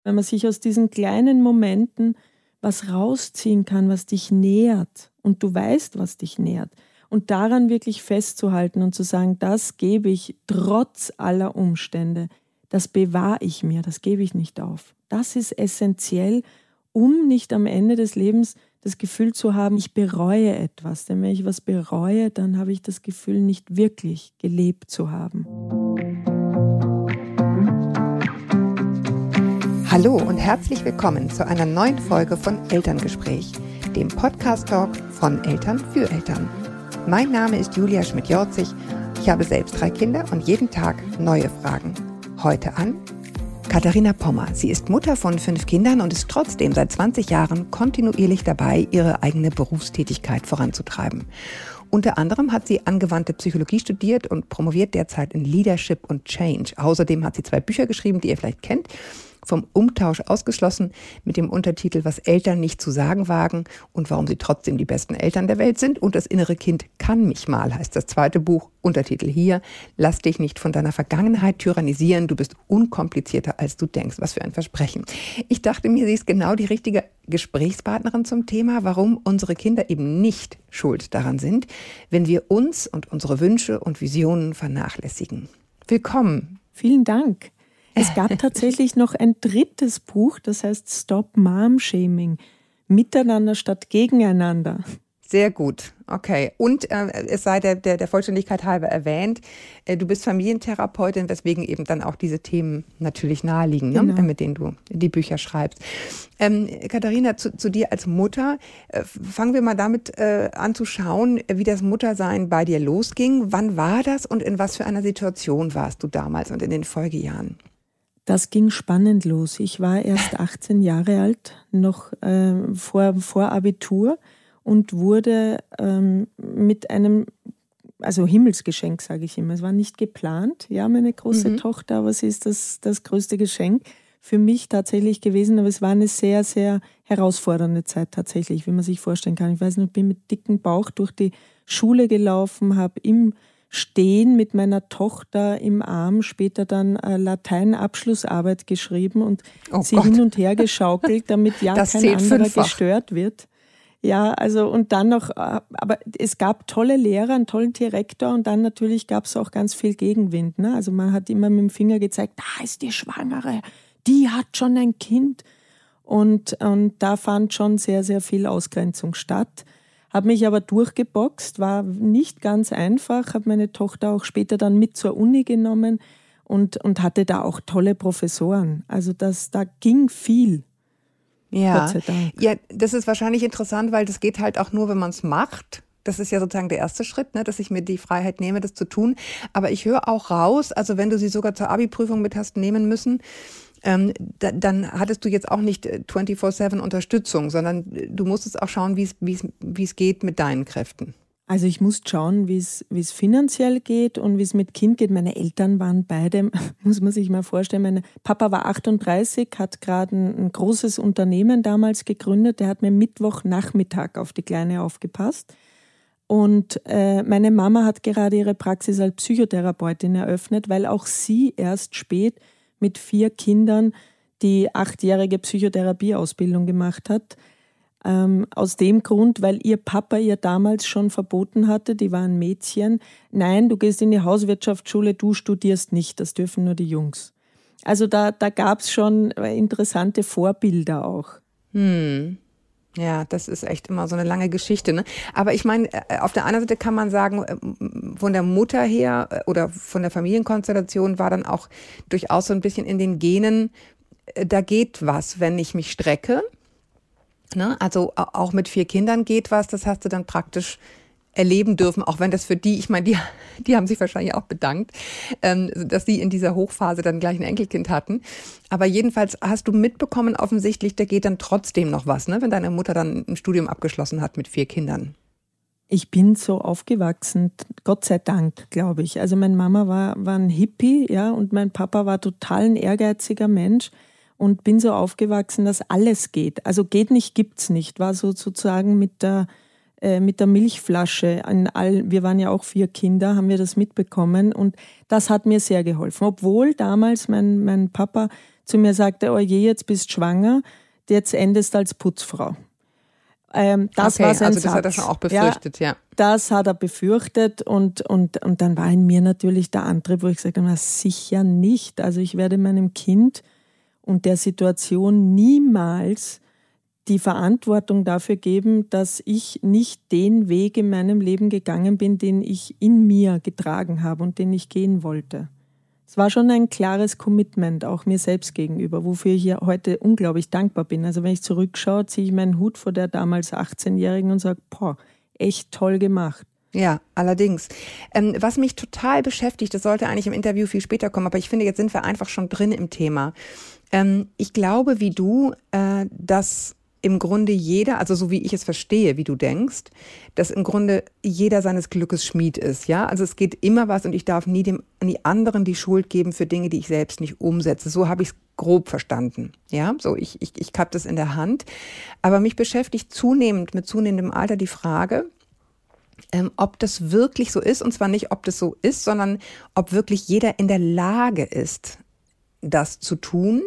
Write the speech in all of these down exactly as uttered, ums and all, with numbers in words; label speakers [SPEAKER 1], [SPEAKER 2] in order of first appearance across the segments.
[SPEAKER 1] Wenn man sich aus diesen kleinen Momenten was rausziehen kann, was dich nährt und du weißt, was dich nährt. Und daran wirklich festzuhalten und zu sagen, das gebe ich trotz aller Umstände, das bewahre ich mir, das gebe ich nicht auf. Das ist essentiell, um nicht am Ende des Lebens das Gefühl zu haben, ich bereue etwas. Denn wenn ich was bereue, dann habe ich das Gefühl, nicht wirklich gelebt zu haben.
[SPEAKER 2] Hallo und herzlich willkommen zu einer neuen Folge von Elterngespräch, dem Podcast-Talk von Eltern für Eltern. Mein Name ist Julia Schmidt-Jorzig. Ich habe selbst drei Kinder und jeden Tag neue Fragen. Heute an Katharina Pommer. Sie ist Mutter von fünf Kindern und ist trotzdem seit zwanzig Jahren kontinuierlich dabei, ihre eigene Berufstätigkeit voranzutreiben. Unter anderem hat sie angewandte Psychologie studiert und promoviert derzeit in Leadership und Change. Außerdem hat sie zwei Bücher geschrieben, die ihr vielleicht kennt. Vom Umtausch ausgeschlossen mit dem Untertitel Was Eltern nicht zu sagen wagen und warum sie trotzdem die besten Eltern der Welt sind. Und das innere Kind kann mich mal, heißt das zweite Buch. Untertitel hier, lass dich nicht von deiner Vergangenheit tyrannisieren. Du bist unkomplizierter, als du denkst. Was für ein Versprechen. Ich dachte mir, sie ist genau die richtige Gesprächspartnerin zum Thema, warum unsere Kinder eben nicht schuld daran sind, wenn wir uns und unsere Wünsche und Visionen vernachlässigen. Willkommen.
[SPEAKER 1] Vielen Dank. Es gab tatsächlich noch ein drittes Buch, das heißt Stop Mom Shaming. Miteinander statt gegeneinander.
[SPEAKER 2] Sehr gut, okay. Und äh, es sei der, der, der Vollständigkeit halber erwähnt, äh, du bist Familientherapeutin, weswegen eben dann auch diese Themen natürlich naheliegen, genau. ne, mit denen du die Bücher schreibst. Ähm, Katharina, zu, zu dir als Mutter, äh, fangen wir mal damit äh, an zu schauen, wie das Muttersein bei dir losging. Wann war das und in was für einer Situation warst du damals und in den Folgejahren?
[SPEAKER 1] Das ging spannend los. Ich war erst achtzehn Jahre alt, noch äh, vor, vor Abitur und wurde ähm, mit einem, also Himmelsgeschenk, sage ich immer. Es war nicht geplant, ja, meine große mhm. Tochter, aber sie ist das, das größte Geschenk für mich tatsächlich gewesen. Aber es war eine sehr, sehr herausfordernde Zeit tatsächlich, wie man sich vorstellen kann. Ich weiß nicht, ich bin mit dicken Bauch durch die Schule gelaufen, habe im Stehen mit meiner Tochter im Arm, später dann äh, Latein-Abschlussarbeit geschrieben und oh sie Gott. hin und her geschaukelt, damit ja das kein anderer fünffach. gestört wird. Ja, also und dann noch, aber es gab tolle Lehrer, einen tollen Direktor und dann natürlich gab es auch ganz viel Gegenwind. Ne? Also man hat immer mit dem Finger gezeigt, da ist die Schwangere, die hat schon ein Kind. Und, und da fand schon sehr, sehr viel Ausgrenzung statt. Habe mich aber durchgeboxt, war nicht ganz einfach, habe meine Tochter auch später dann mit zur Uni genommen und, und hatte da auch tolle Professoren. Also das, da ging viel.
[SPEAKER 2] Ja. Gott sei Dank. Ja, das ist wahrscheinlich interessant, weil das geht halt auch nur, wenn man es macht. Das ist ja sozusagen der erste Schritt, ne, dass ich mir die Freiheit nehme, das zu tun. Aber ich höre auch raus, also wenn du sie sogar zur Abi-Prüfung mit hast nehmen müssen, Ähm, da, dann hattest du jetzt auch nicht vierundzwanzig sieben Unterstützung, sondern du musstest auch schauen, wie es, wie es, wie es geht mit deinen Kräften.
[SPEAKER 1] Also ich musste schauen, wie es, wie es finanziell geht und wie es mit Kind geht. Meine Eltern waren beide, muss man sich mal vorstellen, mein Papa war achtunddreißig, hat gerade ein, ein großes Unternehmen damals gegründet. Der hat mir Mittwochnachmittag auf die Kleine aufgepasst. Und äh, meine Mama hat gerade ihre Praxis als Psychotherapeutin eröffnet, weil auch sie erst spät mit vier Kindern die achtjährige Psychotherapieausbildung gemacht hat. Ähm, aus dem Grund, weil ihr Papa ihr damals schon verboten hatte, die waren Mädchen, nein, du gehst in die Hauswirtschaftsschule, du studierst nicht, das dürfen nur die Jungs. Also da, da gab es schon interessante Vorbilder auch.
[SPEAKER 2] Hm. Ja, das ist echt immer so eine lange Geschichte, ne? Aber ich meine, auf der anderen Seite kann man sagen, von der Mutter her oder von der Familienkonstellation war dann auch durchaus so ein bisschen in den Genen, da geht was, wenn ich mich strecke. Ne? Also auch mit vier Kindern geht was, das hast du dann praktisch erleben dürfen, auch wenn das für die, ich meine, die, die haben sich wahrscheinlich auch bedankt, ähm, dass sie in dieser Hochphase dann gleich ein Enkelkind hatten. Aber jedenfalls hast du mitbekommen, offensichtlich, da geht dann trotzdem noch was, ne, wenn deine Mutter dann ein Studium abgeschlossen hat mit vier Kindern.
[SPEAKER 1] Ich bin so aufgewachsen, Gott sei Dank, glaube ich. Also meine Mama war, war ein Hippie, ja, und mein Papa war total ein ehrgeiziger Mensch und bin so aufgewachsen, dass alles geht. Also geht nicht, gibt's nicht, war so sozusagen mit der mit der Milchflasche an all, wir waren ja auch vier Kinder, haben wir das mitbekommen und das hat mir sehr geholfen. Obwohl damals mein, mein Papa zu mir sagte, oh je, jetzt bist du schwanger, jetzt endest du als Putzfrau. Ähm, das
[SPEAKER 2] okay,
[SPEAKER 1] war sein
[SPEAKER 2] also das
[SPEAKER 1] Satz.
[SPEAKER 2] hat er schon auch befürchtet, ja. ja.
[SPEAKER 1] Das hat er befürchtet und, und, und dann war in mir natürlich der Antrieb, wo ich gesagt habe, na, sicher nicht. Also ich werde meinem Kind und der Situation niemals die Verantwortung dafür geben, dass ich nicht den Weg in meinem Leben gegangen bin, den ich in mir getragen habe und den ich gehen wollte. Es war schon ein klares Commitment, auch mir selbst gegenüber, wofür ich ja heute unglaublich dankbar bin. Also wenn ich zurückschaue, ziehe ich meinen Hut vor der damals achtzehnjährigen und sage, boah, echt toll gemacht.
[SPEAKER 2] Ja, allerdings. Ähm, was mich total beschäftigt, das sollte eigentlich im Interview viel später kommen, aber ich finde, jetzt sind wir einfach schon drin im Thema. Ähm, ich glaube, wie du, äh, dass im Grunde jeder, also so wie ich es verstehe, wie du denkst, dass im Grunde jeder seines Glückes Schmied ist, ja? Also es geht immer was und ich darf nie dem nie anderen die Schuld geben für Dinge, die ich selbst nicht umsetze. So habe ich es grob verstanden, ja? So ich ich ich habe das in der Hand, aber mich beschäftigt zunehmend mit zunehmendem Alter die Frage, ähm, ob das wirklich so ist, und zwar nicht, ob das so ist, sondern ob wirklich jeder in der Lage ist, das zu tun.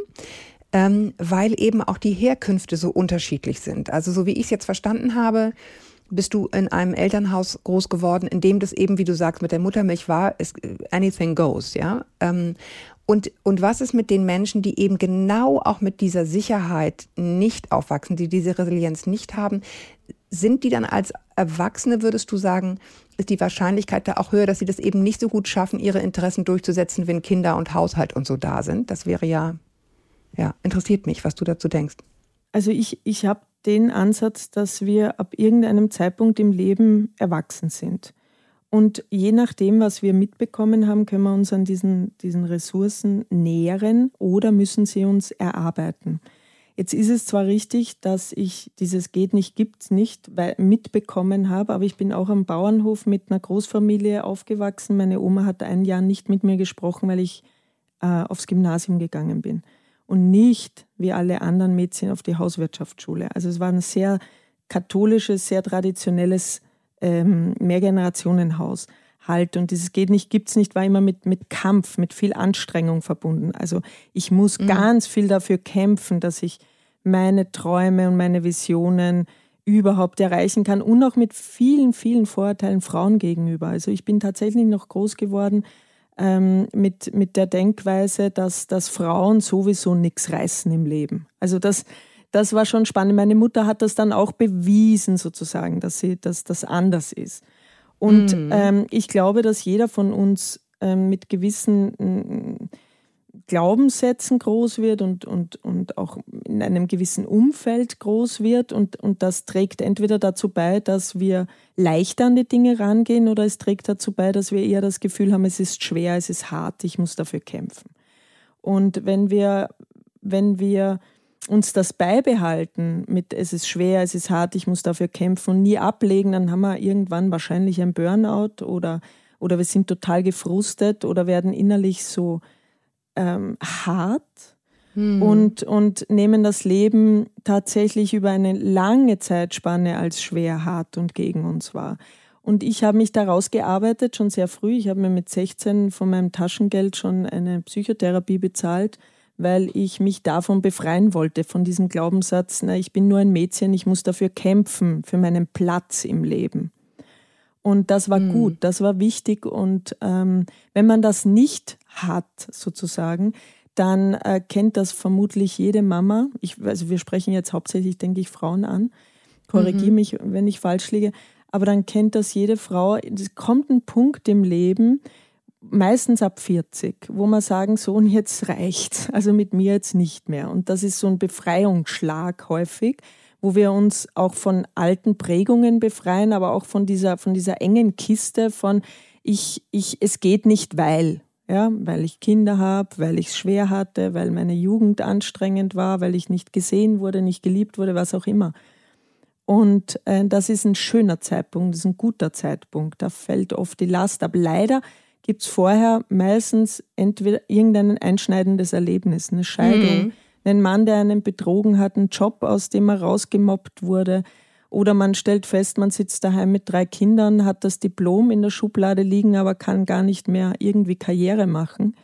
[SPEAKER 2] Ähm, weil eben auch die Herkünfte so unterschiedlich sind. Also so wie ich es jetzt verstanden habe, bist du in einem Elternhaus groß geworden, in dem das eben, wie du sagst, mit der Muttermilch war, ist anything goes, ja. Ähm, und, und was ist mit den Menschen, die eben genau auch mit dieser Sicherheit nicht aufwachsen, die diese Resilienz nicht haben, sind die dann als Erwachsene, würdest du sagen, ist die Wahrscheinlichkeit da auch höher, dass sie das eben nicht so gut schaffen, ihre Interessen durchzusetzen, wenn Kinder und Haushalt und so da sind? Das wäre ja Ja, interessiert mich, was du dazu denkst.
[SPEAKER 1] Also ich, ich habe den Ansatz, dass wir ab irgendeinem Zeitpunkt im Leben erwachsen sind. Und je nachdem, was wir mitbekommen haben, können wir uns an diesen, diesen Ressourcen nähren oder müssen sie uns erarbeiten. Jetzt ist es zwar richtig, dass ich dieses geht nicht, gibt's nicht weil, mitbekommen habe, aber ich bin auch am Bauernhof mit einer Großfamilie aufgewachsen. Meine Oma hat ein Jahr nicht mit mir gesprochen, weil ich äh, aufs Gymnasium gegangen bin. Und nicht wie alle anderen Mädchen auf die Hauswirtschaftsschule. Also es war ein sehr katholisches, sehr traditionelles ähm, Mehrgenerationenhaus halt. Und dieses geht nicht, gibt's nicht, war immer mit, mit Kampf, mit viel Anstrengung verbunden. Also ich muss mhm. ganz viel dafür kämpfen, dass ich meine Träume und meine Visionen überhaupt erreichen kann und auch mit vielen, vielen Vorurteilen Frauen gegenüber. Also ich bin tatsächlich noch groß geworden Ähm, mit, mit der Denkweise, dass, dass Frauen sowieso nichts reißen im Leben. Also das, das war schon spannend. Meine Mutter hat das dann auch bewiesen sozusagen, dass sie, dass das anders ist. Und mm. ähm, ich glaube, dass jeder von uns ähm, mit gewissen ähm, Glaubenssätzen groß wird und, und, und auch in einem gewissen Umfeld groß wird und, und das trägt entweder dazu bei, dass wir leichter an die Dinge rangehen oder es trägt dazu bei, dass wir eher das Gefühl haben, es ist schwer, es ist hart, ich muss dafür kämpfen. Und wenn wir, wenn wir uns das beibehalten mit es ist schwer, es ist hart, ich muss dafür kämpfen und nie ablegen, dann haben wir irgendwann wahrscheinlich ein Burnout oder, oder wir sind total gefrustet oder werden innerlich so Ähm, hart hm. und, und nehmen das Leben tatsächlich über eine lange Zeitspanne als schwer, hart und gegen uns wahr. Und ich habe mich daraus gearbeitet, schon sehr früh. Ich habe mir mit sechzehn von meinem Taschengeld schon eine Psychotherapie bezahlt, weil ich mich davon befreien wollte, von diesem Glaubenssatz, na, ich bin nur ein Mädchen, ich muss dafür kämpfen, für meinen Platz im Leben. Und das war mhm. gut, das war wichtig. Und ähm, wenn man das nicht hat, sozusagen, dann äh, kennt das vermutlich jede Mama. Ich, also wir sprechen jetzt hauptsächlich, denke ich, Frauen an. Korrigiere mhm. mich, wenn ich falsch liege. Aber dann kennt das jede Frau. Es kommt ein Punkt im Leben, meistens ab vierzig, wo man sagen, so und jetzt reicht's. Also mit mir jetzt nicht mehr. Und das ist so ein Befreiungsschlag häufig, wo wir uns auch von alten Prägungen befreien, aber auch von dieser, von dieser engen Kiste von ich, ich, es geht nicht, weil, ja, weil ich Kinder habe, weil ich es schwer hatte, weil meine Jugend anstrengend war, weil ich nicht gesehen wurde, nicht geliebt wurde, was auch immer. Und äh, das ist ein schöner Zeitpunkt, das ist ein guter Zeitpunkt, da fällt oft die Last ab. Leider gibt es vorher meistens entweder irgendein einschneidendes Erlebnis, eine Scheidung, mhm. einen Mann, der einen betrogen hat, einen Job, aus dem er rausgemobbt wurde. Oder man stellt fest, man sitzt daheim mit drei Kindern, hat das Diplom in der Schublade liegen, aber kann gar nicht mehr irgendwie Karriere machen,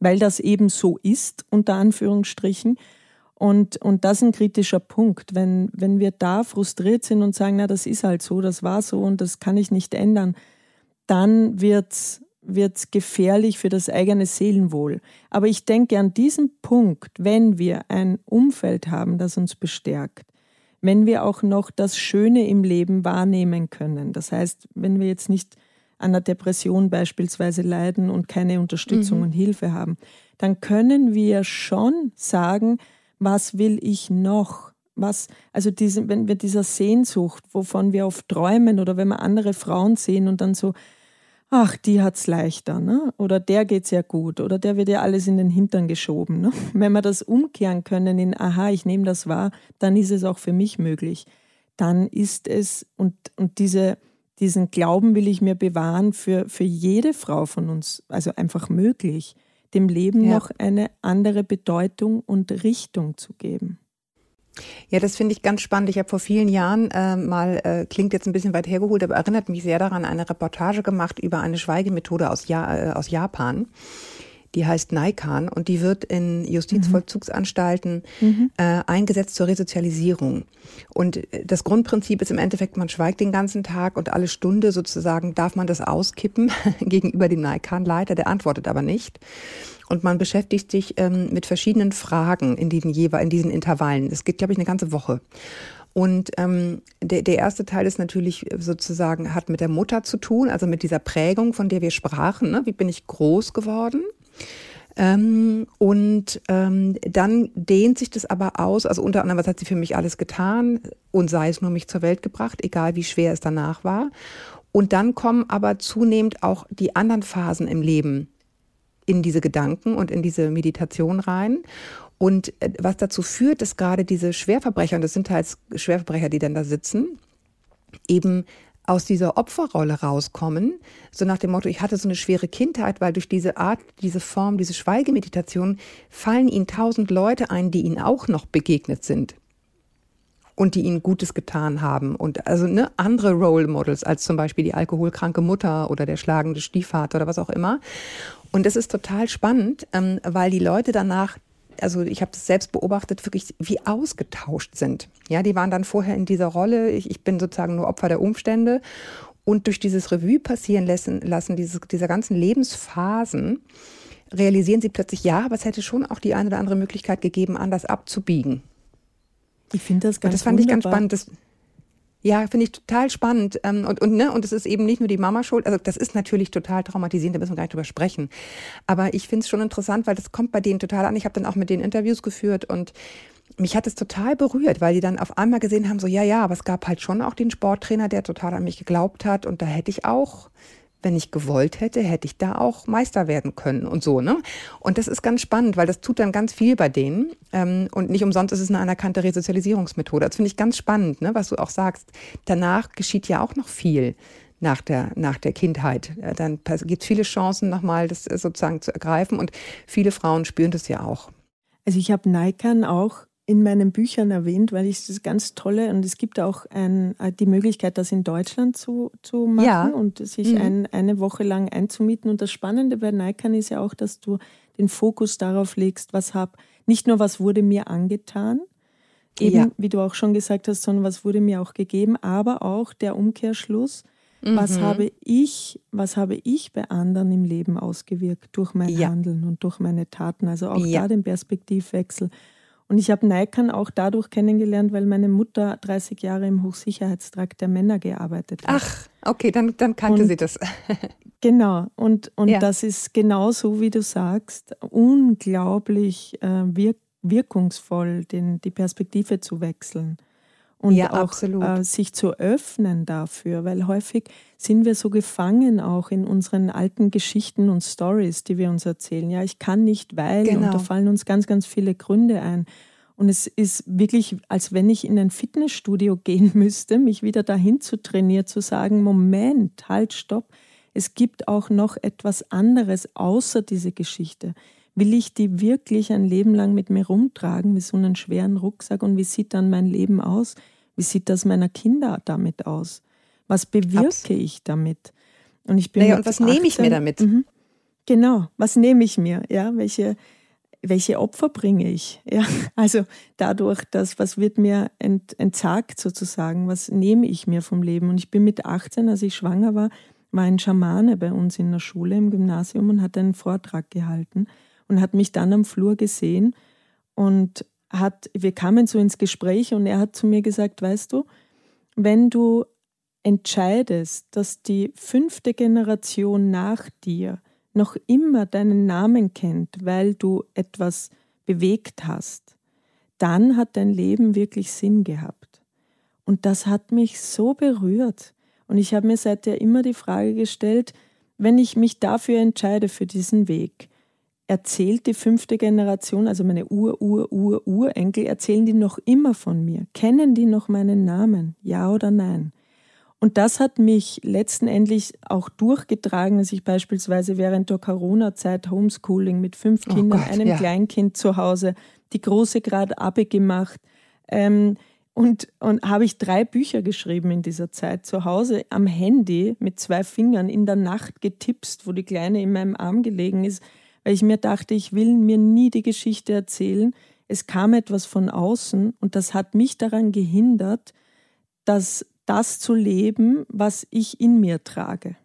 [SPEAKER 1] weil das eben so ist, unter Anführungsstrichen. Und, und das ist ein kritischer Punkt. Wenn, wenn wir da frustriert sind und sagen, na, das ist halt so, das war so und das kann ich nicht ändern, dann wird's, wird's gefährlich für das eigene Seelenwohl. Aber ich denke, an diesem Punkt, wenn wir ein Umfeld haben, das uns bestärkt, wenn wir auch noch das Schöne im Leben wahrnehmen können, das heißt, wenn wir jetzt nicht an einer Depression beispielsweise leiden und keine Unterstützung mhm. und Hilfe haben, dann können wir schon sagen, was will ich noch? Was, also diese, wenn wir dieser Sehnsucht, wovon wir oft träumen oder wenn wir andere Frauen sehen und dann so, ach, die hat's leichter, ne? Oder der geht's ja gut oder der wird ja alles in den Hintern geschoben. Ne? Wenn wir das umkehren können in, aha, ich nehme das wahr, dann ist es auch für mich möglich. Dann ist es, und, und diese, diesen Glauben will ich mir bewahren, für, für jede Frau von uns, also einfach möglich, dem Leben ja. noch eine andere Bedeutung und Richtung zu geben.
[SPEAKER 2] Ja, das finde ich ganz spannend. Ich habe vor vielen Jahren äh, mal, äh, klingt jetzt ein bisschen weit hergeholt, aber erinnert mich sehr daran, eine Reportage gemacht über eine Schweigemethode aus, ja- äh, aus Japan. Die heißt Naikan und die wird in Justizvollzugsanstalten mhm. äh, eingesetzt zur Resozialisierung. Und das Grundprinzip ist im Endeffekt, man schweigt den ganzen Tag und alle Stunde sozusagen darf man das auskippen gegenüber dem Naikan-Leiter, der antwortet aber nicht. Und man beschäftigt sich ähm, mit verschiedenen Fragen in diesen, in diesen Intervallen. Es geht, glaube ich, eine ganze Woche. Und ähm, der, der erste Teil ist natürlich sozusagen, hat mit der Mutter zu tun, also mit dieser Prägung, von der wir sprachen. Ne? Wie bin ich groß geworden? Ähm, und ähm, dann dehnt sich das aber aus, also unter anderem, was hat sie für mich alles getan und sei es nur mich zur Welt gebracht, egal wie schwer es danach war. Und dann kommen aber zunehmend auch die anderen Phasen im Leben in diese Gedanken und in diese Meditation rein. Und was dazu führt, dass gerade diese Schwerverbrecher, und das sind halt Schwerverbrecher, die dann da sitzen, eben aus dieser Opferrolle rauskommen, so nach dem Motto, ich hatte so eine schwere Kindheit, weil durch diese Art, diese Form, diese Schweigemeditation fallen ihnen tausend Leute ein, die ihnen auch noch begegnet sind und die ihnen Gutes getan haben. Und also ne, andere Role Models als zum Beispiel die alkoholkranke Mutter oder der schlagende Stiefvater oder was auch immer. Und das ist total spannend, ähm, weil die Leute danach, also ich habe das selbst beobachtet, wirklich wie ausgetauscht sind. Ja, die waren dann vorher in dieser Rolle, ich, ich bin sozusagen nur Opfer der Umstände. Und durch dieses Revue passieren lassen, lassen diese, dieser ganzen Lebensphasen, realisieren sie plötzlich, ja, aber es hätte schon auch die eine oder andere Möglichkeit gegeben, anders abzubiegen.
[SPEAKER 1] Ich finde das ganz
[SPEAKER 2] Und das fand
[SPEAKER 1] wunderbar.
[SPEAKER 2] ich ganz spannend. Das, ja, finde ich total spannend. Und, und, ne, und es ist eben nicht nur die Mama schuld. Also das ist natürlich total traumatisierend, da müssen wir gar nicht drüber sprechen. Aber ich finde es schon interessant, weil das kommt bei denen total an. Ich habe dann auch mit denen Interviews geführt und mich hat es total berührt, weil die dann auf einmal gesehen haben, so ja, ja, aber es gab halt schon auch den Sporttrainer, der total an mich geglaubt hat. Und da hätte ich auch, wenn ich gewollt hätte, hätte ich da auch Meister werden können und so, ne? Und das ist ganz spannend, weil das tut dann ganz viel bei denen. Ähm, und nicht umsonst ist es eine anerkannte Resozialisierungsmethode. Das finde ich ganz spannend, ne? Was du auch sagst. Danach geschieht ja auch noch viel nach der, nach der Kindheit. Dann gibt es viele Chancen, nochmal das sozusagen zu ergreifen. Und viele Frauen spüren das ja auch.
[SPEAKER 1] Also ich habe Naikan auch in meinen Büchern erwähnt, weil ich das ganz tolle, und es gibt auch ein, die Möglichkeit, das in Deutschland zu, zu machen ja. und sich mhm. ein, eine Woche lang einzumieten. Und das Spannende bei Naikan ist ja auch, dass du den Fokus darauf legst, was hab, nicht nur was wurde mir angetan, eben ja. wie du auch schon gesagt hast, sondern was wurde mir auch gegeben, aber auch der Umkehrschluss, mhm. was habe ich, was habe ich bei anderen im Leben ausgewirkt durch mein ja. Handeln und durch meine Taten. Also auch ja. da den Perspektivwechsel. Und ich habe Naikan auch dadurch kennengelernt, weil meine Mutter dreißig Jahre im Hochsicherheitstrakt der Männer gearbeitet hat.
[SPEAKER 2] Ach, okay, dann, dann kannte
[SPEAKER 1] und,
[SPEAKER 2] sie das.
[SPEAKER 1] Genau, und, und ja. das ist genau so, wie du sagst, unglaublich äh, wirk- wirkungsvoll, den, die Perspektive zu wechseln. Und
[SPEAKER 2] ja,
[SPEAKER 1] auch äh, sich zu öffnen dafür, weil häufig sind wir so gefangen auch in unseren alten Geschichten und Stories, die wir uns erzählen. Ja, ich kann nicht, weil, genau. und da fallen uns ganz, ganz viele Gründe ein. Und es ist wirklich, als wenn ich in ein Fitnessstudio gehen müsste, mich wieder dahin zu trainieren, zu sagen, Moment, halt, stopp, es gibt auch noch etwas anderes außer diese Geschichte. Will ich die wirklich ein Leben lang mit mir rumtragen, wie so einen schweren Rucksack? Und wie sieht dann mein Leben aus? Wie sieht das meiner Kinder damit aus? Was bewirke Abs- ich damit? Und ich bin
[SPEAKER 2] naja, und was achtzehn, nehme ich mir damit?
[SPEAKER 1] Mhm. Genau, was nehme ich mir? Ja, welche, welche Opfer bringe ich? Ja, also dadurch, dass, was wird mir ent, entsagt sozusagen, was nehme ich mir vom Leben? Und ich bin mit achtzehn, als ich schwanger war, war ein Schamane bei uns in der Schule im Gymnasium und hat einen Vortrag gehalten und hat mich dann am Flur gesehen und hat, wir kamen so ins Gespräch und er hat zu mir gesagt, weißt du, wenn du entscheidest, dass die fünfte Generation nach dir noch immer deinen Namen kennt, weil du etwas bewegt hast, dann hat dein Leben wirklich Sinn gehabt. Und das hat mich so berührt. Und ich habe mir seither immer die Frage gestellt, wenn ich mich dafür entscheide, für diesen Weg, erzählt die fünfte Generation, also meine Ur, Ur, Ur, Urenkel, erzählen die noch immer von mir? Kennen die noch meinen Namen? Ja oder nein? Und das hat mich letztendlich auch durchgetragen, als ich beispielsweise während der Corona-Zeit Homeschooling mit fünf Kindern, oh Gott, einem ja. Kleinkind zu Hause, die Große gerade Abi gemacht, ähm, und, und habe ich drei Bücher geschrieben in dieser Zeit, zu Hause am Handy mit zwei Fingern in der Nacht getipst, wo die Kleine in meinem Arm gelegen ist, weil ich mir dachte, ich will mir nie die Geschichte erzählen. Es kam etwas von außen und das hat mich daran gehindert, dass das zu leben, was ich in mir trage.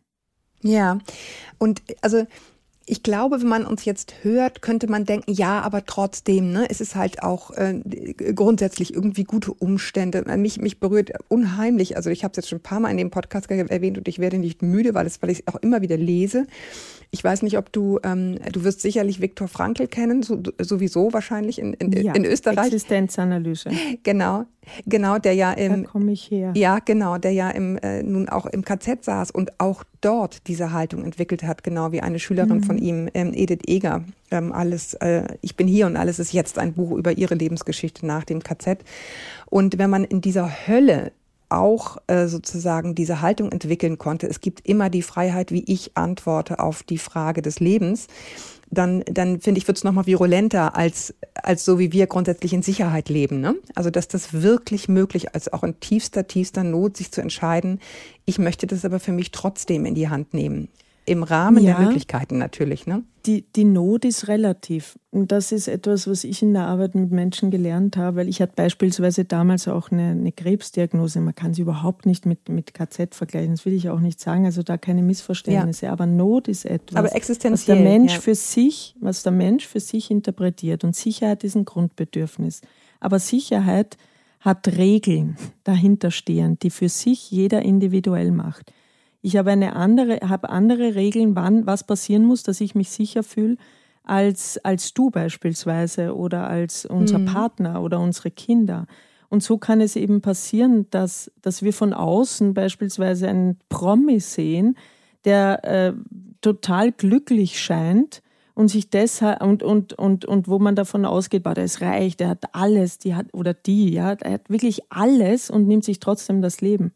[SPEAKER 2] Ja, und also ich glaube, wenn man uns jetzt hört, könnte man denken, ja, aber trotzdem, ne, es ist halt auch äh, grundsätzlich irgendwie gute Umstände. Mich, mich berührt unheimlich. Also ich habe es jetzt schon ein paar Mal in dem Podcast erwähnt und ich werde nicht müde, weil es, weil ich es auch immer wieder lese. Ich weiß nicht, ob du, ähm, du wirst sicherlich Viktor Frankl kennen, so, sowieso wahrscheinlich in, in,
[SPEAKER 1] ja,
[SPEAKER 2] in Österreich.
[SPEAKER 1] Existenzanalyse.
[SPEAKER 2] Genau, genau, der ja im,
[SPEAKER 1] da komme ich her.
[SPEAKER 2] Ja, genau, der ja im, äh, nun auch im K Z saß und auch dort diese Haltung entwickelt hat, genau wie eine Schülerin mhm. von ihm, ähm, Edith Eger. Ähm, alles, äh, ich bin hier und alles ist jetzt ein Buch über ihre Lebensgeschichte nach dem K Z. Und wenn man in dieser Hölle auch äh, sozusagen diese Haltung entwickeln konnte, es gibt immer die Freiheit, wie ich antworte auf die Frage des Lebens, dann, dann finde ich, wird es nochmal virulenter als, als so, wie wir grundsätzlich in Sicherheit leben. Ne? Also, dass das wirklich möglich ist, auch in tiefster, tiefster Not, sich zu entscheiden, ich möchte das aber für mich trotzdem in die Hand nehmen. Im Rahmen ja, der Möglichkeiten natürlich. Ne?
[SPEAKER 1] Die, die Not ist relativ. Und das ist etwas, was ich in der Arbeit mit Menschen gelernt habe, weil ich hatte beispielsweise damals auch eine, eine Krebsdiagnose. Man kann sie überhaupt nicht mit, mit K Z vergleichen, das will ich auch nicht sagen. Also da keine Missverständnisse. Ja. Aber Not ist etwas,
[SPEAKER 2] aber
[SPEAKER 1] was der Mensch
[SPEAKER 2] ja.
[SPEAKER 1] für sich, was der Mensch für sich interpretiert. Und Sicherheit ist ein Grundbedürfnis. Aber Sicherheit hat Regeln dahinter stehen, die für sich jeder individuell macht. Ich habe eine andere, habe andere Regeln, wann was passieren muss, dass ich mich sicher fühle, als, als du beispielsweise oder als unser mhm. Partner oder unsere Kinder. Und so kann es eben passieren, dass, dass wir von außen beispielsweise einen Promi sehen, der äh, total glücklich scheint und sich deshalb und, und, und, und wo man davon ausgeht, boah, der ist reich, der hat alles, die hat oder die, ja, der hat wirklich alles und nimmt sich trotzdem das Leben.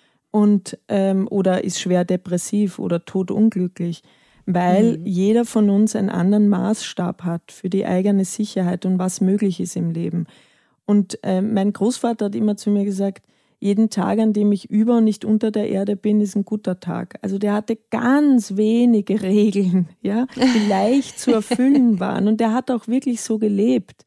[SPEAKER 1] Und, ähm, oder ist schwer depressiv oder todunglücklich, weil mhm. jeder von uns einen anderen Maßstab hat für die eigene Sicherheit und was möglich ist im Leben. Und äh, mein Großvater hat immer zu mir gesagt, jeden Tag, an dem ich über und nicht unter der Erde bin, ist ein guter Tag. Also der hatte ganz wenige Regeln, ja, die leicht zu erfüllen waren. Und der hat auch wirklich so gelebt.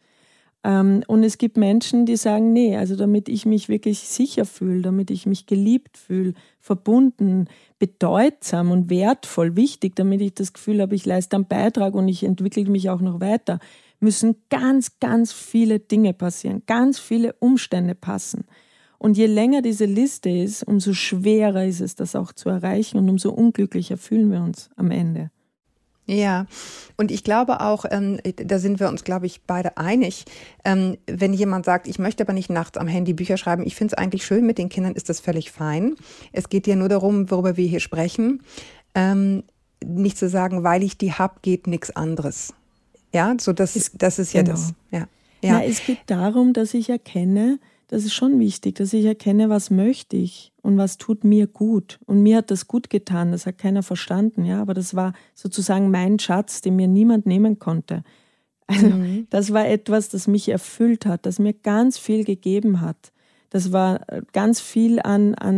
[SPEAKER 1] Und es gibt Menschen, die sagen, nee, also damit ich mich wirklich sicher fühle, damit ich mich geliebt fühle, verbunden, bedeutsam und wertvoll, wichtig, damit ich das Gefühl habe, ich leiste einen Beitrag und ich entwickle mich auch noch weiter, müssen ganz, ganz viele Dinge passieren, ganz viele Umstände passen. Und je länger diese Liste ist, umso schwerer ist es, das auch zu erreichen und umso unglücklicher fühlen wir uns am Ende.
[SPEAKER 2] Ja, und ich glaube auch, ähm, da sind wir uns, glaube ich, beide einig, ähm, wenn jemand sagt, ich möchte aber nicht nachts am Handy Bücher schreiben, ich finde es eigentlich schön mit den Kindern, ist das völlig fein. Es geht ja nur darum, worüber wir hier sprechen, ähm, nicht zu sagen, weil ich die hab, geht nichts anderes. Ja, so das, es, das ist ja genau. das. Ja. Ja.
[SPEAKER 1] Na, es geht darum, dass ich erkenne, das ist schon wichtig, dass ich erkenne, was möchte ich und was tut mir gut. Und mir hat das gut getan, das hat keiner verstanden, ja, aber das war sozusagen mein Schatz, den mir niemand nehmen konnte. Also mhm. das war etwas, das mich erfüllt hat, das mir ganz viel gegeben hat. Das war ganz viel an, an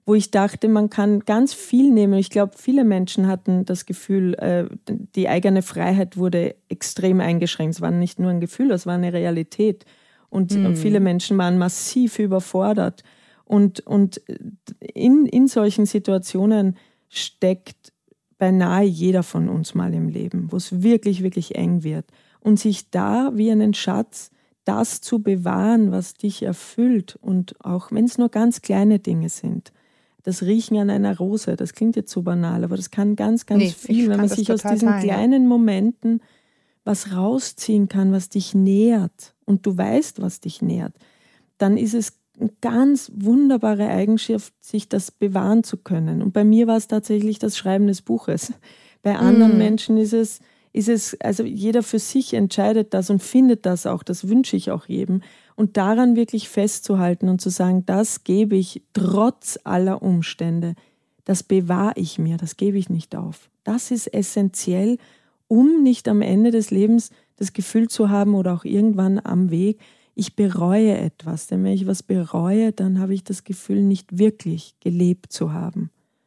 [SPEAKER 1] wo ich dachte, man kann ganz viel nehmen. Ich glaube, viele Menschen hatten das Gefühl, äh, die eigene Freiheit wurde extrem eingeschränkt. Es war nicht nur ein Gefühl, es war eine Realität. Und mhm. viele Menschen waren massiv überfordert. Und, und in, in solchen Situationen steckt beinahe jeder von uns mal im Leben, wo es wirklich, wirklich eng wird. Und sich da wie einen Schatz das zu bewahren, was dich erfüllt, und auch wenn es nur ganz kleine Dinge sind. Das Riechen an einer Rose, das klingt jetzt so banal, aber das kann ganz, ganz
[SPEAKER 2] nee,
[SPEAKER 1] viel, wenn man sich aus diesen teilen, kleinen Momenten was rausziehen kann, was dich nährt, und du weißt, was dich nährt, dann ist es eine ganz wunderbare Eigenschaft, sich das bewahren zu können. Und bei mir war es tatsächlich das Schreiben des Buches. Bei anderen mm. Menschen ist es, ist es, also jeder für sich entscheidet das und findet das auch, das wünsche ich auch jedem. Und daran wirklich festzuhalten und zu sagen, das gebe ich trotz aller Umstände, das bewahre ich mir, das gebe ich nicht auf. Das ist essentiell, um nicht am Ende des Lebens das Gefühl zu haben oder auch irgendwann am Weg, ich bereue etwas. Denn wenn ich was bereue, dann habe ich das Gefühl, nicht wirklich gelebt zu haben.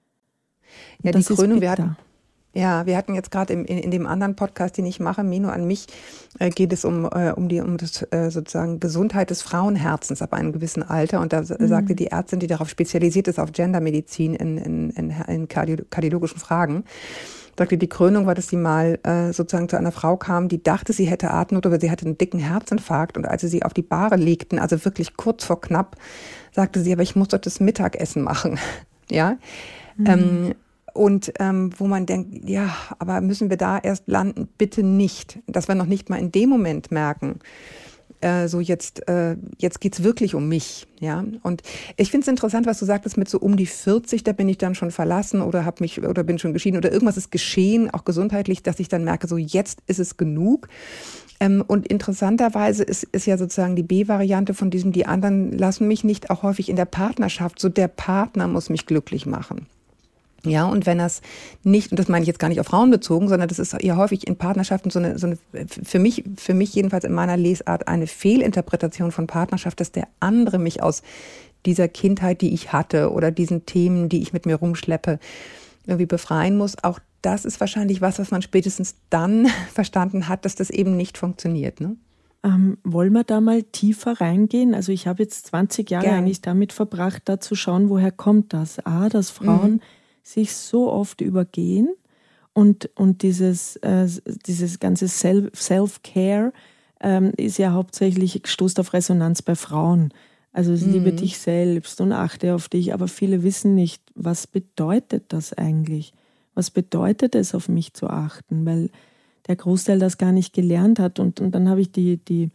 [SPEAKER 2] Ja, die Krönung, wir hatten, ja, wir hatten jetzt gerade in, in dem anderen Podcast, den ich mache, Meno an mich, äh, geht es um, äh, um die um das äh, sozusagen Gesundheit des Frauenherzens ab einem gewissen Alter. Und da mhm. sagte die Ärztin, die darauf spezialisiert ist, auf Gendermedizin in, in, in, in kardiologischen Fragen, sagte, die Krönung war, dass sie mal äh, sozusagen zu einer Frau kam, die dachte, sie hätte Atemnot, aber sie hatte einen dicken Herzinfarkt. Und als sie sie auf die Bahre legten, also wirklich kurz vor knapp, sagte sie, aber ich muss doch das Mittagessen machen. Ja. Mhm. Ähm, und ähm, wo man denkt, ja, aber müssen wir da erst landen? Bitte nicht. Dass wir noch nicht mal in dem Moment merken, äh, so jetzt, äh, jetzt geht's wirklich um mich. Ja. Und ich finde es interessant, was du sagtest mit so um die vierzig, da bin ich dann schon verlassen oder hab mich oder bin schon geschieden oder irgendwas ist geschehen, auch gesundheitlich, dass ich dann merke, so jetzt ist es genug. Ähm, und interessanterweise ist, ist ja sozusagen die B-Variante von diesem, die anderen lassen mich nicht, auch häufig in der Partnerschaft, so der Partner muss mich glücklich machen. Ja, und wenn das nicht, und das meine ich jetzt gar nicht auf Frauen bezogen, sondern das ist ja häufig in Partnerschaften so eine, so eine, für mich, für mich jedenfalls in meiner Lesart eine Fehlinterpretation von Partnerschaft, dass der andere mich aus dieser Kindheit, die ich hatte oder diesen Themen, die ich mit mir rumschleppe, irgendwie befreien muss. Auch das ist wahrscheinlich was, was man spätestens dann verstanden hat, dass das eben nicht funktioniert, ne?
[SPEAKER 1] Ähm, wollen wir da mal tiefer reingehen? Also ich habe jetzt zwanzig Jahre Gern. eigentlich damit verbracht, da zu schauen, woher kommt das? A, dass Frauen mhm. sich so oft übergehen und, und dieses, äh, dieses ganze Self, Self-Care ähm, ist ja hauptsächlich, stoßt auf Resonanz bei Frauen. Also mhm. liebe dich selbst und achte auf dich, aber viele wissen nicht, was bedeutet das eigentlich? Was bedeutet es, auf mich zu achten? Weil der Großteil das gar nicht gelernt hat. Und, und dann habe ich die, die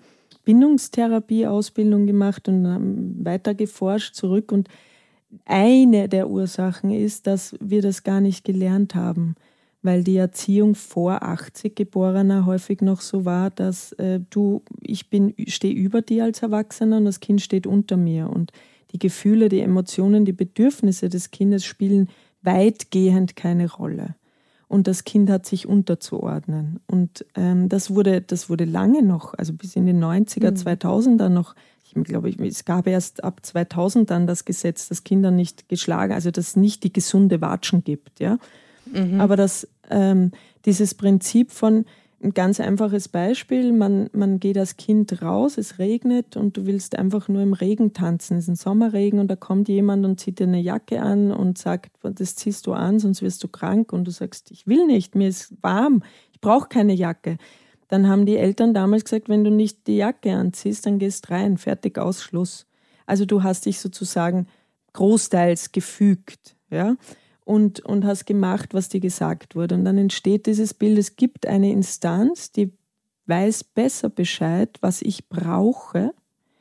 [SPEAKER 1] Bindungstherapie-Ausbildung gemacht und ähm, weiter geforscht zurück. Und eine der Ursachen ist, dass wir das gar nicht gelernt haben, weil die Erziehung vor achtzig Geborener häufig noch so war, dass äh, du, ich bin, stehe über dir als Erwachsener und das Kind steht unter mir. Und die Gefühle, die Emotionen, die Bedürfnisse des Kindes spielen weitgehend keine Rolle. Und das Kind hat sich unterzuordnen. Und ähm, das wurde, das wurde lange noch, also bis in den neunziger, mhm. zweitausender noch. Ich glaube, es gab erst ab zweitausend dann das Gesetz, dass Kinder nicht geschlagen, also dass es nicht die gesunde Watschen gibt. Ja? Mhm. Aber das, ähm, dieses Prinzip von, ein ganz einfaches Beispiel, man, man geht als Kind raus, es regnet und du willst einfach nur im Regen tanzen. Es ist ein Sommerregen und da kommt jemand und zieht dir eine Jacke an und sagt, das ziehst du an, sonst wirst du krank. Und du sagst, ich will nicht, mir ist warm, ich brauche keine Jacke. Dann haben die Eltern damals gesagt, wenn du nicht die Jacke anziehst, dann gehst rein, fertig, aus, Schluss. Also du hast dich sozusagen großteils gefügt, ja, und, und hast gemacht, was dir gesagt wurde. Und dann entsteht dieses Bild, es gibt eine Instanz, die weiß besser Bescheid, was ich brauche,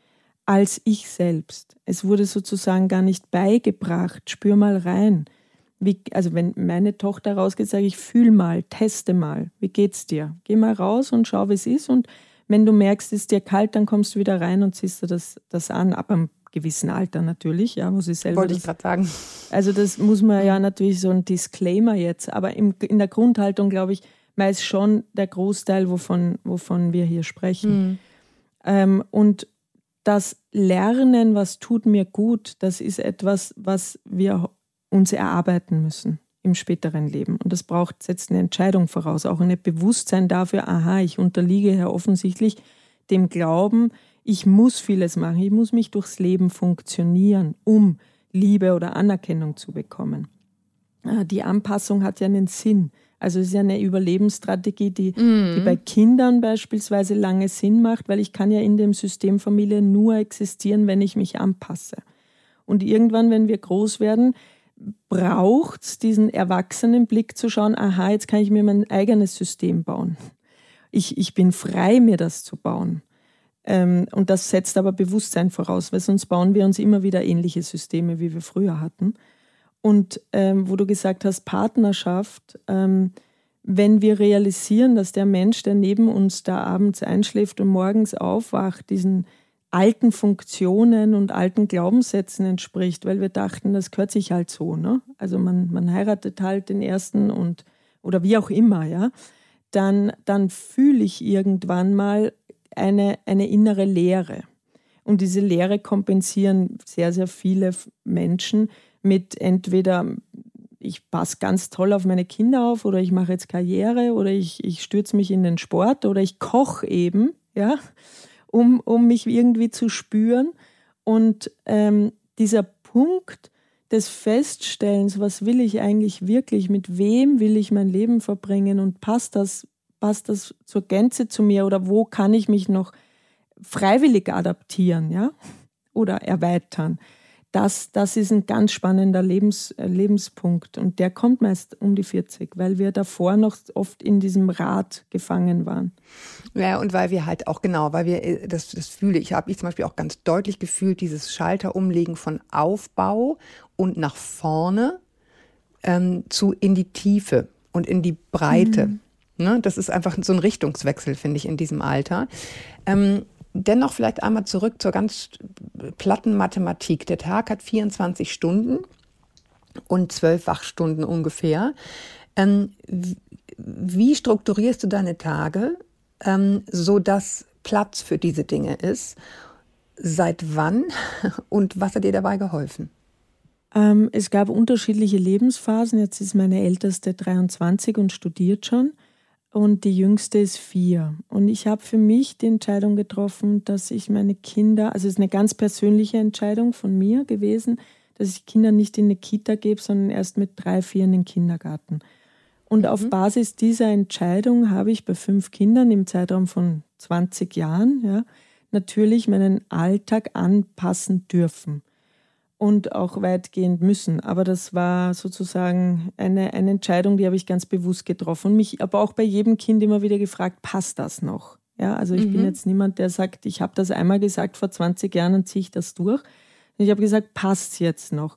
[SPEAKER 1] als ich selbst. Es wurde sozusagen gar nicht beigebracht, spür mal rein. Wie, also wenn meine Tochter rausgeht, sage ich, fühl mal, teste mal, wie geht's dir? Geh mal raus und schau, wie es ist. Und wenn du merkst, es ist dir kalt, dann kommst du wieder rein und ziehst dir das, das an, ab einem gewissen Alter natürlich, ja, wo sie selber.
[SPEAKER 2] Wollte ich gerade sagen.
[SPEAKER 1] Also das muss man ja natürlich so ein Disclaimer jetzt, aber im, in der Grundhaltung, glaube ich, weiß schon der Großteil, wovon, wovon wir hier sprechen. Mhm. Ähm, und das Lernen, was tut mir gut, das ist etwas, was wir uns erarbeiten müssen im späteren Leben. Und das braucht, setzt eine Entscheidung voraus, auch ein Bewusstsein dafür, aha, ich unterliege ja offensichtlich dem Glauben, ich muss vieles machen, ich muss mich durchs Leben funktionieren, um Liebe oder Anerkennung zu bekommen. Die Anpassung hat ja einen Sinn. Also es ist ja eine Überlebensstrategie, die, mm. die bei Kindern beispielsweise lange Sinn macht, weil ich kann ja in dem System Familie nur existieren, wenn ich mich anpasse. Und irgendwann, wenn wir groß werden, braucht es diesen Erwachsenenblick zu schauen, aha, jetzt kann ich mir mein eigenes System bauen. Ich, ich bin frei, mir das zu bauen. Ähm, und das setzt aber Bewusstsein voraus, weil sonst bauen wir uns immer wieder ähnliche Systeme, wie wir früher hatten. Und ähm, wo du gesagt hast, Partnerschaft, ähm, wenn wir realisieren, dass der Mensch, der neben uns da abends einschläft und morgens aufwacht, diesen alten Funktionen und alten Glaubenssätzen entspricht, weil wir dachten, das gehört sich halt so, ne? Also man, man heiratet halt den ersten und oder wie auch immer, ja, dann, dann fühle ich irgendwann mal eine, eine innere Leere. Und diese Leere kompensieren sehr, sehr viele Menschen mit entweder, ich passe ganz toll auf meine Kinder auf oder ich mache jetzt Karriere oder ich, ich stürze mich in den Sport oder ich koche eben, ja, um, um mich irgendwie zu spüren. Und ähm, dieser Punkt des Feststellens, was will ich eigentlich wirklich, mit wem will ich mein Leben verbringen und passt das, passt das zur Gänze zu mir oder wo kann ich mich noch freiwillig adaptieren, ja, oder erweitern. Das, das ist ein ganz spannender Lebens, äh, Lebenspunkt und der kommt meist um die vierzig, weil wir davor noch oft in diesem Rad gefangen waren.
[SPEAKER 2] Ja, und weil wir halt auch, genau, weil wir, das, das fühle ich, habe ich zum Beispiel auch ganz deutlich gefühlt, dieses Schalterumlegen von Aufbau und nach vorne ähm, zu in die Tiefe und in die Breite. Mhm. Ne, das ist einfach so ein Richtungswechsel, finde ich, in diesem Alter. Ähm, Dennoch vielleicht einmal zurück zur ganz platten Mathematik. Der Tag hat vierundzwanzig Stunden und zwölf Wachstunden ungefähr. Ähm, wie strukturierst du deine Tage, ähm, sodass Platz für diese Dinge ist? Seit wann und was hat dir dabei geholfen?
[SPEAKER 1] Ähm, es gab unterschiedliche Lebensphasen. Jetzt ist meine Älteste dreiundzwanzig und studiert schon. Und die Jüngste ist vier. Und ich habe für mich die Entscheidung getroffen, dass ich meine Kinder, also es ist eine ganz persönliche Entscheidung von mir gewesen, dass ich Kinder nicht in eine Kita gebe, sondern erst mit drei, vier in den Kindergarten. Und mhm. auf Basis dieser Entscheidung habe ich bei fünf Kindern im Zeitraum von zwanzig Jahren ja, natürlich meinen Alltag anpassen dürfen. Und auch weitgehend müssen. Aber das war sozusagen eine, eine Entscheidung, die habe ich ganz bewusst getroffen. Und mich aber auch bei jedem Kind immer wieder gefragt, passt das noch? Ja, also ich mhm. bin jetzt niemand, der sagt, ich habe das einmal gesagt vor zwanzig Jahren und ziehe ich das durch. Ich habe gesagt, passt es jetzt noch?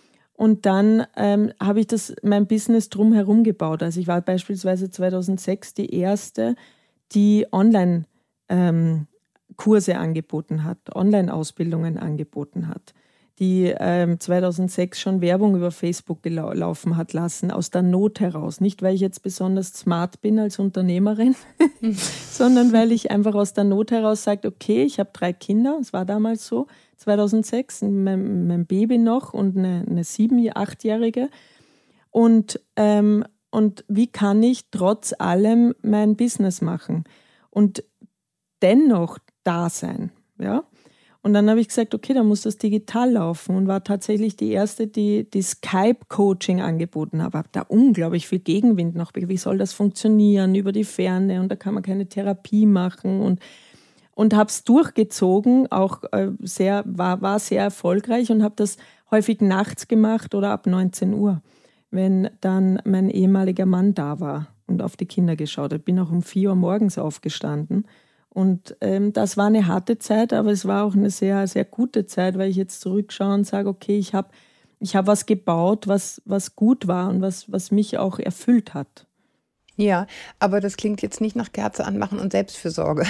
[SPEAKER 1] Und dann ähm, habe ich das, mein Business drumherum gebaut. Also ich war beispielsweise zweitausendsechs die erste, die Online ähm, Kurse angeboten hat, Online-Ausbildungen angeboten hat, die ähm, zweitausendsechs schon Werbung über Facebook gelau- laufen hat lassen, aus der Not heraus. Nicht, weil ich jetzt besonders smart bin als Unternehmerin, sondern weil ich einfach aus der Not heraus sage, okay, ich habe drei Kinder, es war damals so, zweitausendsechs, mein, mein Baby noch und eine, eine sieben-, achtjährige. Und, ähm, und wie kann ich trotz allem mein Business machen und dennoch da sein, ja? Und dann habe ich gesagt, okay, dann muss das digital laufen und war tatsächlich die erste, die, die Skype-Coaching angeboten hat. Habe da unglaublich viel Gegenwind noch. Wie soll das funktionieren über die Ferne und da kann man keine Therapie machen und, und habe es durchgezogen, auch äh, sehr, war, war sehr erfolgreich und habe das häufig nachts gemacht oder ab neunzehn Uhr, wenn dann mein ehemaliger Mann da war und auf die Kinder geschaut hat. Bin auch um vier Uhr morgens aufgestanden. Und ähm, das war eine harte Zeit, aber es war auch eine sehr, sehr gute Zeit, weil ich jetzt zurückschaue und sage, okay, ich habe ich hab was gebaut, was, was gut war und was, was mich auch erfüllt hat.
[SPEAKER 2] Ja, aber das klingt jetzt nicht nach Kerze anmachen und Selbstfürsorge.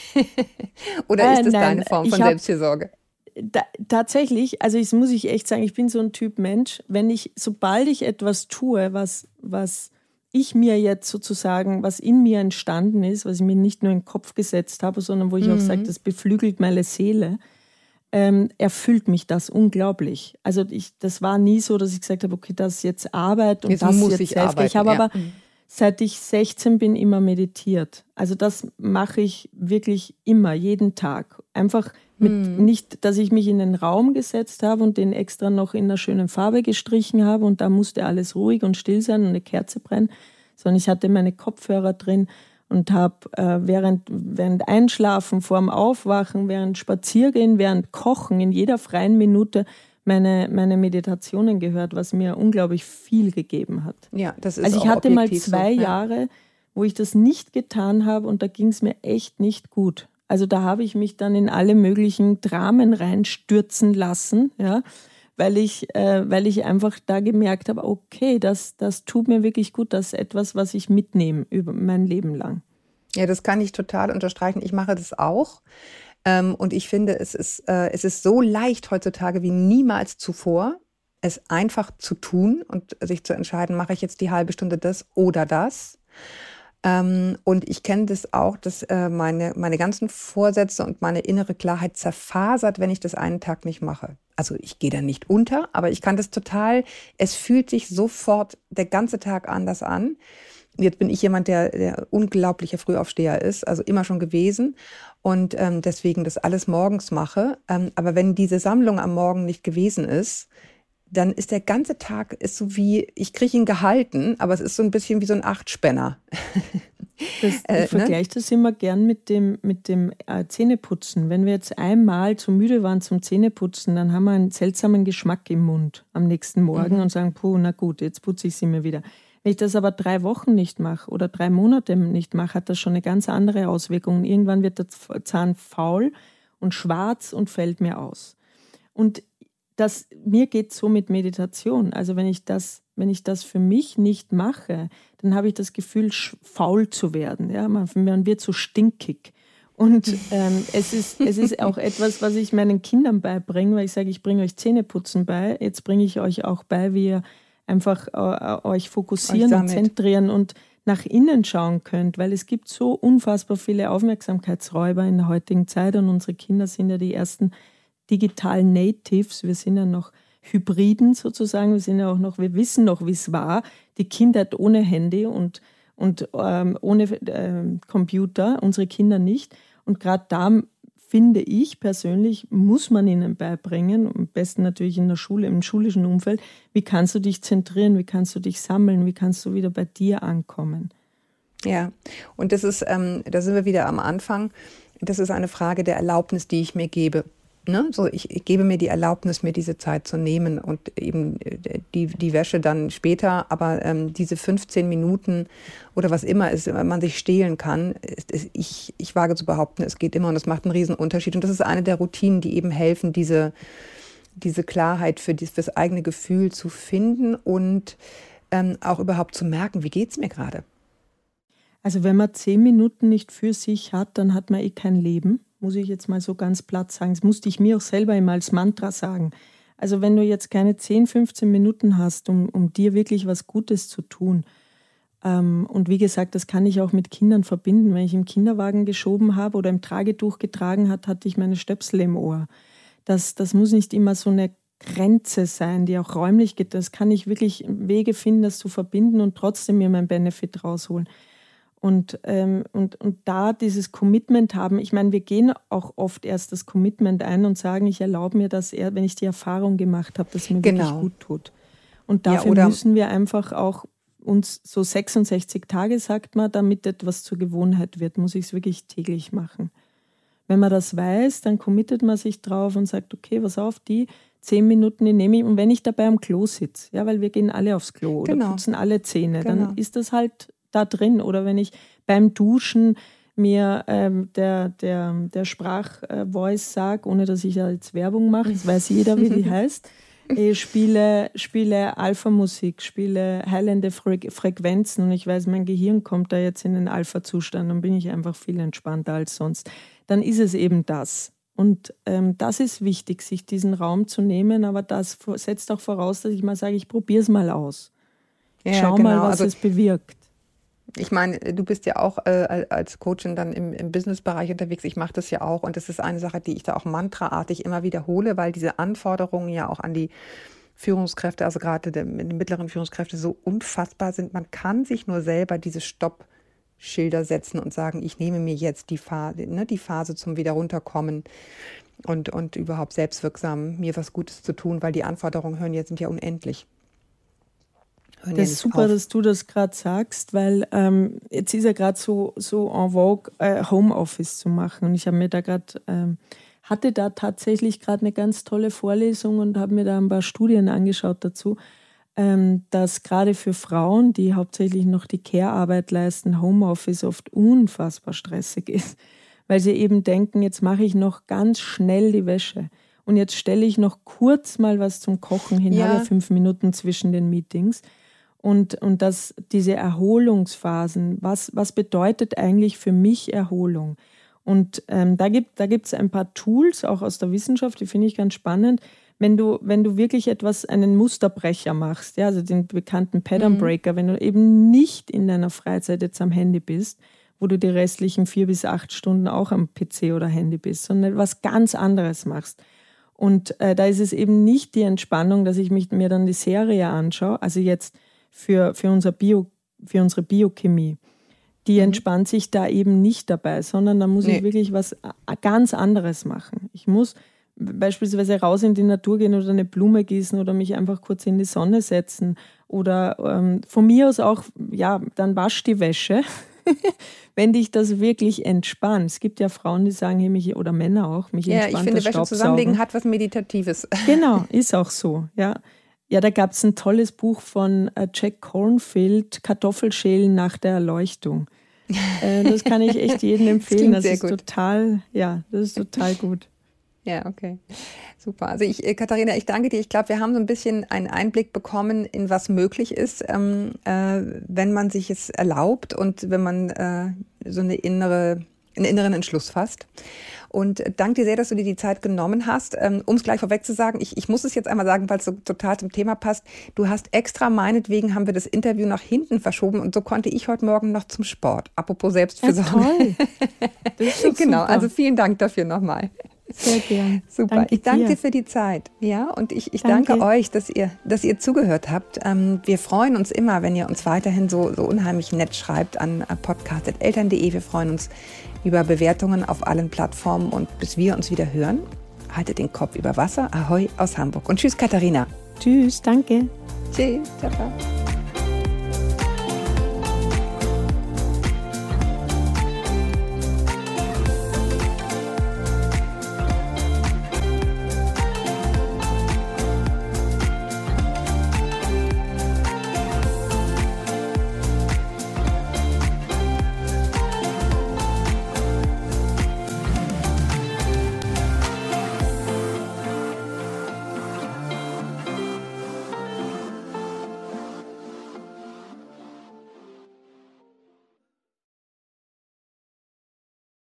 [SPEAKER 2] Oder ist das äh, nein, deine Form von hab, Selbstfürsorge?
[SPEAKER 1] Da, tatsächlich, also das muss ich echt sagen, ich bin so ein Typ Mensch, wenn ich, sobald ich etwas tue, was, was ich mir jetzt sozusagen, was in mir entstanden ist, was ich mir nicht nur in den Kopf gesetzt habe, sondern wo ich mhm. auch sage, das beflügelt meine Seele, ähm, erfüllt mich das unglaublich. Also ich, das war nie so, dass ich gesagt habe, okay, das ist jetzt Arbeit und
[SPEAKER 2] jetzt
[SPEAKER 1] das
[SPEAKER 2] muss
[SPEAKER 1] jetzt
[SPEAKER 2] ich
[SPEAKER 1] Selfcare. Ich habe
[SPEAKER 2] ja.
[SPEAKER 1] aber seit ich sechzehn bin immer meditiert. Also das mache ich wirklich immer, jeden Tag. Einfach mit hm. nicht, dass ich mich in den Raum gesetzt habe und den extra noch in einer schönen Farbe gestrichen habe und da musste alles ruhig und still sein und eine Kerze brennen, sondern ich hatte meine Kopfhörer drin und habe äh, während, während Einschlafen, vorm Aufwachen, während Spaziergehen, während Kochen, in jeder freien Minute meine, meine Meditationen gehört, was mir unglaublich viel gegeben hat.
[SPEAKER 2] Ja, das ist
[SPEAKER 1] also ich
[SPEAKER 2] auch
[SPEAKER 1] hatte mal zwei
[SPEAKER 2] so, ja.
[SPEAKER 1] Jahre, wo ich das nicht getan habe und da ging es mir echt nicht gut. Also da habe ich mich dann in alle möglichen Dramen reinstürzen lassen, ja, weil ich, äh, weil ich einfach da gemerkt habe, okay, das, das tut mir wirklich gut, das ist etwas, was ich mitnehme über mein Leben lang.
[SPEAKER 2] Ja, das kann ich total unterstreichen. Ich mache das auch. Ähm, und ich finde, es ist, äh, es ist so leicht heutzutage wie niemals zuvor, es einfach zu tun und sich zu entscheiden, mache ich jetzt die halbe Stunde das oder das. Ähm, und ich kenne das auch, dass äh, meine, meine ganzen Vorsätze und meine innere Klarheit zerfasert, wenn ich das einen Tag nicht mache. Also ich gehe da nicht unter, aber ich kann das total, es fühlt sich sofort der ganze Tag anders an. Jetzt bin ich jemand, der, der unglaublicher Frühaufsteher ist, also immer schon gewesen und ähm, deswegen das alles morgens mache. Ähm, aber wenn diese Sammlung am Morgen nicht gewesen ist, dann ist der ganze Tag ist so wie, ich kriege ihn gehalten, aber es ist so ein bisschen wie so ein Achtspänner.
[SPEAKER 1] Das, ich äh, vergleiche ne? das immer gern mit dem, mit dem äh, Zähneputzen. Wenn wir jetzt einmal zu müde waren zum Zähneputzen, dann haben wir einen seltsamen Geschmack im Mund am nächsten Morgen mhm. und sagen, puh, na gut, jetzt putze ich sie mir wieder. Wenn ich das aber drei Wochen nicht mache oder drei Monate nicht mache, hat das schon eine ganz andere Auswirkung. Irgendwann wird der Zahn faul und schwarz und fällt mir aus. Und das, mir geht es so mit Meditation. Also wenn ich das, wenn ich das für mich nicht mache, dann habe ich das Gefühl, faul zu werden. Ja? Man, man wird so stinkig. Und ähm, es ist, es ist auch etwas, was ich meinen Kindern beibringe, weil ich sage, ich bringe euch Zähneputzen bei. Jetzt bringe ich euch auch bei, wie ihr einfach äh, euch fokussieren euch und zentrieren und nach innen schauen könnt, weil es gibt so unfassbar viele Aufmerksamkeitsräuber in der heutigen Zeit und unsere Kinder sind ja die ersten digitalen Natives. Wir sind ja noch Hybriden sozusagen, wir sind ja auch noch, wir wissen noch, wie es war, die Kindheit ohne Handy und, und ähm, ohne äh, Computer, unsere Kinder nicht. Und gerade da finde ich persönlich, muss man ihnen beibringen, am besten natürlich in der Schule, im schulischen Umfeld, wie kannst du dich zentrieren, wie kannst du dich sammeln, wie kannst du wieder bei dir ankommen.
[SPEAKER 2] Ja, und das ist, ähm, da sind wir wieder am Anfang, das ist eine Frage der Erlaubnis, die ich mir gebe. Ne? So, ich, ich gebe mir die Erlaubnis, mir diese Zeit zu nehmen und eben die, die Wäsche dann später, aber ähm, diese fünfzehn Minuten oder was immer es, man sich stehlen kann, ist, ist, ich, ich wage zu behaupten, es geht immer und es macht einen riesen Unterschied. Und das ist eine der Routinen, die eben helfen, diese, diese Klarheit für, die, für das eigene Gefühl zu finden und ähm, auch überhaupt zu merken, wie geht es mir gerade.
[SPEAKER 1] Also wenn man zehn Minuten nicht für sich hat, dann hat man eh kein Leben. Muss ich jetzt mal so ganz platt sagen. Das musste ich mir auch selber immer als Mantra sagen. Also wenn du jetzt keine zehn, fünfzehn Minuten hast, um, um dir wirklich was Gutes zu tun. Ähm, und wie gesagt, das kann ich auch mit Kindern verbinden. Wenn ich im Kinderwagen geschoben habe oder im Tragetuch getragen hat, hatte ich meine Stöpsel im Ohr. Das, das muss nicht immer so eine Grenze sein, die auch räumlich geht. Das kann ich wirklich Wege finden, das zu verbinden und trotzdem mir meinen Benefit rausholen. Und, ähm, und, und da dieses Commitment haben, ich meine, wir gehen auch oft erst das Commitment ein und sagen, ich erlaube mir das eher, wenn ich die Erfahrung gemacht habe, dass es mir
[SPEAKER 2] genau.
[SPEAKER 1] wirklich gut tut. Und dafür ja, müssen wir einfach auch uns so sechsundsechzig Tage, sagt man, damit etwas zur Gewohnheit wird, muss ich es wirklich täglich machen. Wenn man das weiß, dann committet man sich drauf und sagt, okay, pass auf, die zehn Minuten, die nehme ich. Und wenn ich dabei am Klo sitze, ja, weil wir gehen alle aufs Klo oder
[SPEAKER 2] genau.
[SPEAKER 1] putzen alle Zähne,
[SPEAKER 2] genau.
[SPEAKER 1] dann ist das halt da drin. Oder wenn ich beim Duschen mir ähm, der, der, der Sprachvoice sage, ohne dass ich da jetzt Werbung mache, das weiß jeder, wie die heißt, ich spiele, spiele Alpha-Musik, spiele heilende Fre- Frequenzen und ich weiß, mein Gehirn kommt da jetzt in den Alpha-Zustand, dann bin ich einfach viel entspannter als sonst. Dann ist es eben das. Und ähm, das ist wichtig, sich diesen Raum zu nehmen, aber das setzt auch voraus, dass ich mal sage, ich probiere es mal aus.
[SPEAKER 2] Ja,
[SPEAKER 1] Schau
[SPEAKER 2] genau.
[SPEAKER 1] mal, was
[SPEAKER 2] also,
[SPEAKER 1] es bewirkt.
[SPEAKER 2] Ich meine, du bist ja auch äh, als Coachin dann im, im Businessbereich unterwegs. Ich mache das ja auch und das ist eine Sache, die ich da auch mantraartig immer wiederhole, weil diese Anforderungen ja auch an die Führungskräfte, also gerade die mittleren Führungskräfte, so unfassbar sind. Man kann sich nur selber diese Stoppschilder setzen und sagen, ich nehme mir jetzt die Phase, ne, die Phase zum wieder runterkommen und, und überhaupt selbstwirksam mir was Gutes zu tun, weil die Anforderungen hören jetzt sind ja unendlich.
[SPEAKER 1] Das ist super, auf. dass du das gerade sagst, weil ähm, jetzt ist ja gerade so, so en vogue, äh, Homeoffice zu machen. Und ich habe mir da gerade, ähm, hatte da tatsächlich gerade eine ganz tolle Vorlesung und habe mir da ein paar Studien angeschaut dazu, ähm, dass gerade für Frauen, die hauptsächlich noch die Care-Arbeit leisten, Homeoffice oft unfassbar stressig ist, weil sie eben denken, jetzt mache ich noch ganz schnell die Wäsche. Und jetzt stelle ich noch kurz mal was zum Kochen hin, ja. habe fünf Minuten zwischen den Meetings. Und, und dass diese Erholungsphasen, was, was bedeutet eigentlich für mich Erholung? Und ähm, da gibt da gibt's ein paar Tools, auch aus der Wissenschaft, die finde ich ganz spannend. Wenn du, wenn du wirklich etwas, einen Musterbrecher machst, ja, also den bekannten Pattern Breaker, mhm. wenn du eben nicht in deiner Freizeit jetzt am Handy bist, wo du die restlichen vier bis acht Stunden auch am P C oder Handy bist, sondern was ganz anderes machst. Und äh, da ist es eben nicht die Entspannung, dass ich mich, mir dann die Serie anschaue, also jetzt für, für, unser Bio, für unsere Biochemie. Die mhm. entspannt sich da eben nicht dabei, sondern da muss nee. ich wirklich was ganz anderes machen. Ich muss beispielsweise raus in die Natur gehen oder eine Blume gießen oder mich einfach kurz in die Sonne setzen oder ähm, von mir aus auch, ja, dann wasch die Wäsche, wenn dich das wirklich entspannt. Es gibt ja Frauen, die sagen, hey, mich, oder Männer auch, mich
[SPEAKER 2] ja,
[SPEAKER 1] entspannt das Staubsaugen. Ja, ich finde, Wäsche zusammenlegen
[SPEAKER 2] hat was Meditatives.
[SPEAKER 1] Genau, ist auch so, ja. Ja, da gab es ein tolles Buch von Jack Kornfield, Kartoffelschälen nach der Erleuchtung. Äh, das kann ich echt jedem empfehlen. Das, das ist gut. total, ja, das ist total gut.
[SPEAKER 2] Ja, okay. Super. Also ich, Katharina, ich danke dir. Ich glaube, wir haben so ein bisschen einen Einblick bekommen, in was möglich ist, ähm, äh, wenn man sich es erlaubt und wenn man äh, so eine innere, einen inneren Entschluss fasst. Und danke dir sehr, dass du dir die Zeit genommen hast. Ähm, um es gleich vorweg zu sagen, ich, ich muss es jetzt einmal sagen, weil es so total zum Thema passt. Du hast extra, meinetwegen haben wir das Interview nach hinten verschoben und so konnte ich heute Morgen noch zum Sport. Apropos Selbstfürsorge. Ja, toll. Das ist doch genau, super. Also vielen Dank dafür nochmal.
[SPEAKER 1] Sehr gern.
[SPEAKER 2] Super. Danke ich danke dir. dir für die Zeit. Ja, und ich, ich danke. danke euch, dass ihr, dass ihr zugehört habt. Ähm, wir freuen uns immer, wenn ihr uns weiterhin so, so unheimlich nett schreibt an podcast punkt eltern punkt de. Wir freuen uns über Bewertungen auf allen Plattformen und bis wir uns wieder hören, haltet den Kopf über Wasser. Ahoi aus Hamburg. Und tschüss, Katharina.
[SPEAKER 1] Tschüss, danke.
[SPEAKER 2] Tschüss, ciao, ciao.